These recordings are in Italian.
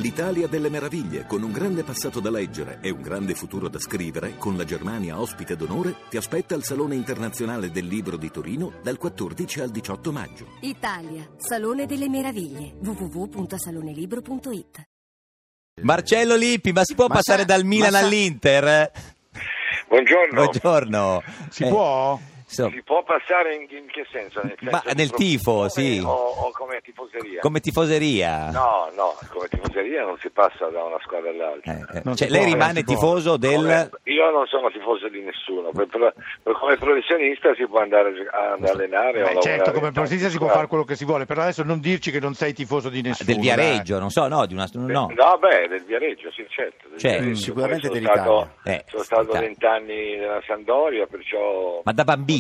L'Italia delle meraviglie, con un grande passato da leggere e un grande futuro da scrivere, con la Germania ospite d'onore, ti aspetta al Salone Internazionale del Libro di Torino dal 14 al 18 maggio. Italia, Salone delle Meraviglie, www.salonelibro.it. Marcello Lippi, ma si può passare dal Milan all'Inter? Buongiorno. Buongiorno. Si può? Si può passare in che senso? Nel tifo, sì. O come tifoseria? Come tifoseria? No, come tifoseria non si passa da una squadra all'altra. Cioè, lei rimane tifoso del... Io non sono tifoso di nessuno, come professionista si può andare ad allenare o lavorare. Certo, come professionista si può fare quello che si vuole, però adesso non dirci che non sei tifoso di nessuno. Del Viareggio, non so, no, di una... No, del Viareggio, sì, certo. Cioè, sicuramente sono dell'Italia. Sono stato 20 anni nella Sampdoria, perciò... Ma da bambino?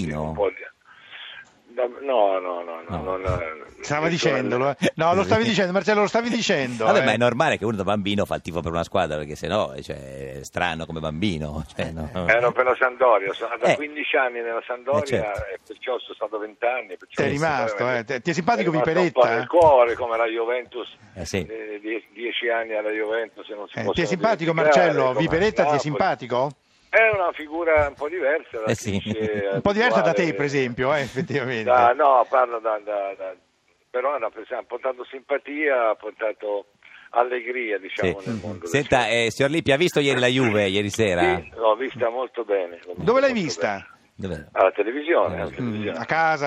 No. Stava dicendolo, No, lo stavi dicendo, Marcello, lo stavi dicendo. Vabbè, ma è normale che uno da bambino fa il tifo per una squadra, perché sennò è strano come bambino. No. Ero per la Sampdoria, sono da 15 anni nella Sampdoria, certo. E perciò sono stato 20 anni. Sei rimasto, Ti è simpatico Viperetta? Un po' nel cuore, come la Juventus, 10 anni alla Juventus. Non si ti è simpatico Marcello? Viperetta ti è simpatico? È una figura un po' diversa. Un po' diversa da te, per esempio, effettivamente. Parlo però ha portato simpatia, ha portato allegria, diciamo, nel mondo. Senta, signor Lippi, ha visto ieri la Juve, ieri sera? Sì, l'ho vista molto bene. Dove l'hai vista? Alla televisione. A casa,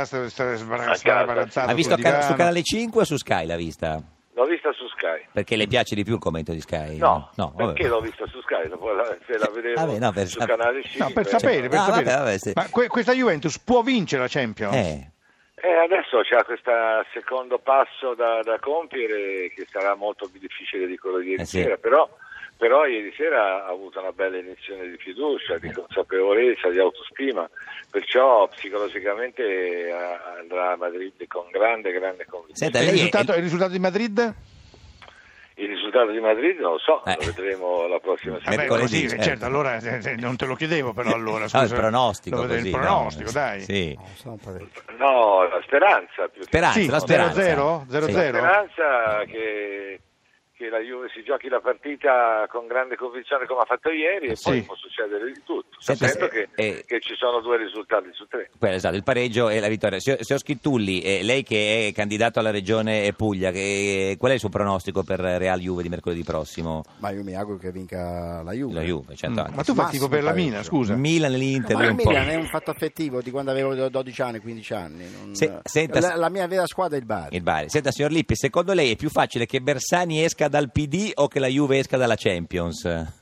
Ha visto su Canale 5 o su Sky l'ha vista? L'ho vista su Sky. Perché le piace di più il commento di Sky? No, perché l'ho vista su Sky? Se la vedevo su Canale 5. Per sapere. Ma questa Juventus può vincere la Champions? Adesso c'è questo secondo passo da compiere, che sarà molto più difficile di quello di ieri sera, però ieri sera ha avuto una bella iniezione di fiducia, di consapevolezza, di autostima, perciò psicologicamente andrà a Madrid con grande convinzione. Senta, il risultato di Madrid? Il risultato di Madrid non lo so, lo vedremo la prossima settimana. Certo, allora non te lo chiedevo, però allora scusa. Il pronostico, il pronostico, dai. Sì. No, la speranza più che... La speranza. 0-0? La speranza che la Juve si giochi la partita con grande convinzione come ha fatto ieri e poi può succedere di tutto, sapendo che ci sono 2 risultati su 3. Esatto, il pareggio e la vittoria. Signor Schittulli, lei che è candidato alla regione Puglia, qual è il suo pronostico per Real Juve di mercoledì prossimo? Ma io mi auguro che vinca la Juve. La Juve, certo. Ma tu fai tifo per la Milan, scusa? Milan, l'Inter, il Milan è un fatto affettivo di quando avevo 12 anni, 15 anni. La mia vera squadra è il Bari. Il Bari. Senta, signor Lippi, secondo lei è più facile che Bersani esca dal PD o che la Juve esca dalla Champions?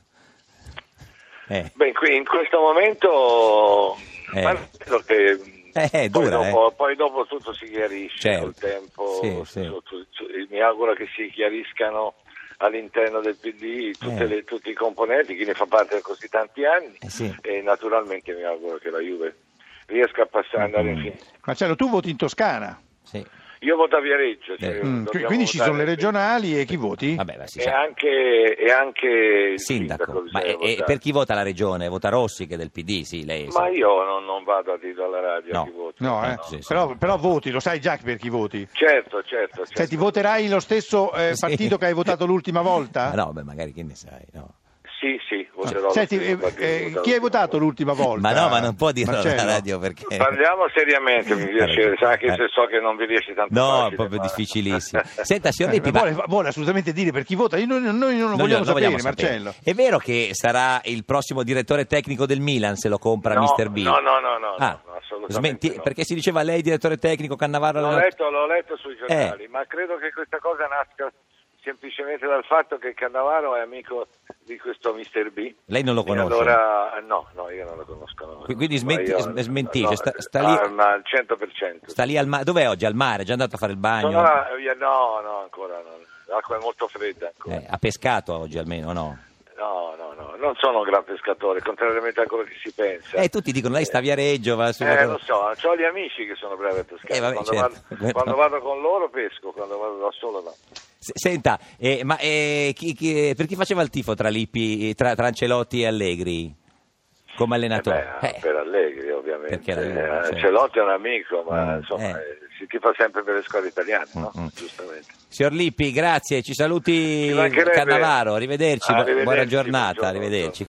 Qui in questo momento credo che poi dopo tutto si chiarisce col tempo. Mi auguro che si chiariscano all'interno del PD tutti i componenti, chi ne fa parte da così tanti anni, e naturalmente mi auguro che la Juve riesca a andare in fine. Marcello, tu voti in Toscana? Sì. Io voto a Viareggio. Quindi ci sono le regionali e chi voti? E anche il sindaco. Ma per chi vota la regione? Vota Rossi, che è del PD, sì, lei. Ma io non vado a dirlo alla radio chi vota. Però voti, lo sai già per chi voti? Certo. Senti, voterai lo stesso partito che hai votato l'ultima volta? No, magari che ne sai, no. Sì, voterò. Senti, chi hai votato l'ultima volta? Ma non può dirlo alla radio, perché... Parliamo seriamente, mi piace, anche se so che non vi riesce tanto facile. No, proprio difficilissimo. Senta, signor Lippi, vuole assolutamente dire per chi vota, noi non lo vogliamo sapere, Marcello. È vero che sarà il prossimo direttore tecnico del Milan se lo compra Mr. B? No, assolutamente no. Perché si diceva lei direttore tecnico, Cannavaro... L'ho letto sui giornali, ma credo che questa cosa nasca semplicemente dal fatto che Cannavaro è amico di questo Mr. B. Lei non lo conosce? Allora, no, io non lo conosco. Quindi smentisce, sta lì al 100%. Sta lì al mare. Dov'è oggi? Al mare? È già andato a fare il bagno? No, ancora no. L'acqua è molto fredda ancora. Ha pescato oggi almeno, no? No, non sono un gran pescatore, contrariamente a quello che si pensa. Tutti dicono lei sta a Viareggio, va su... lo so, ho gli amici che sono bravi a pescare. Quando vado con loro pesco, quando vado da solo no. Senta, per chi faceva il tifo tra Lippi, tra Ancelotti e Allegri? come allenatore. Per Allegri, ovviamente. Certo. Celotti è un amico, ma insomma si tifa sempre per le squadre italiane, no? Giustamente. Signor Lippi, grazie, ci saluti Cannavaro, arrivederci, buona giornata, arrivederci.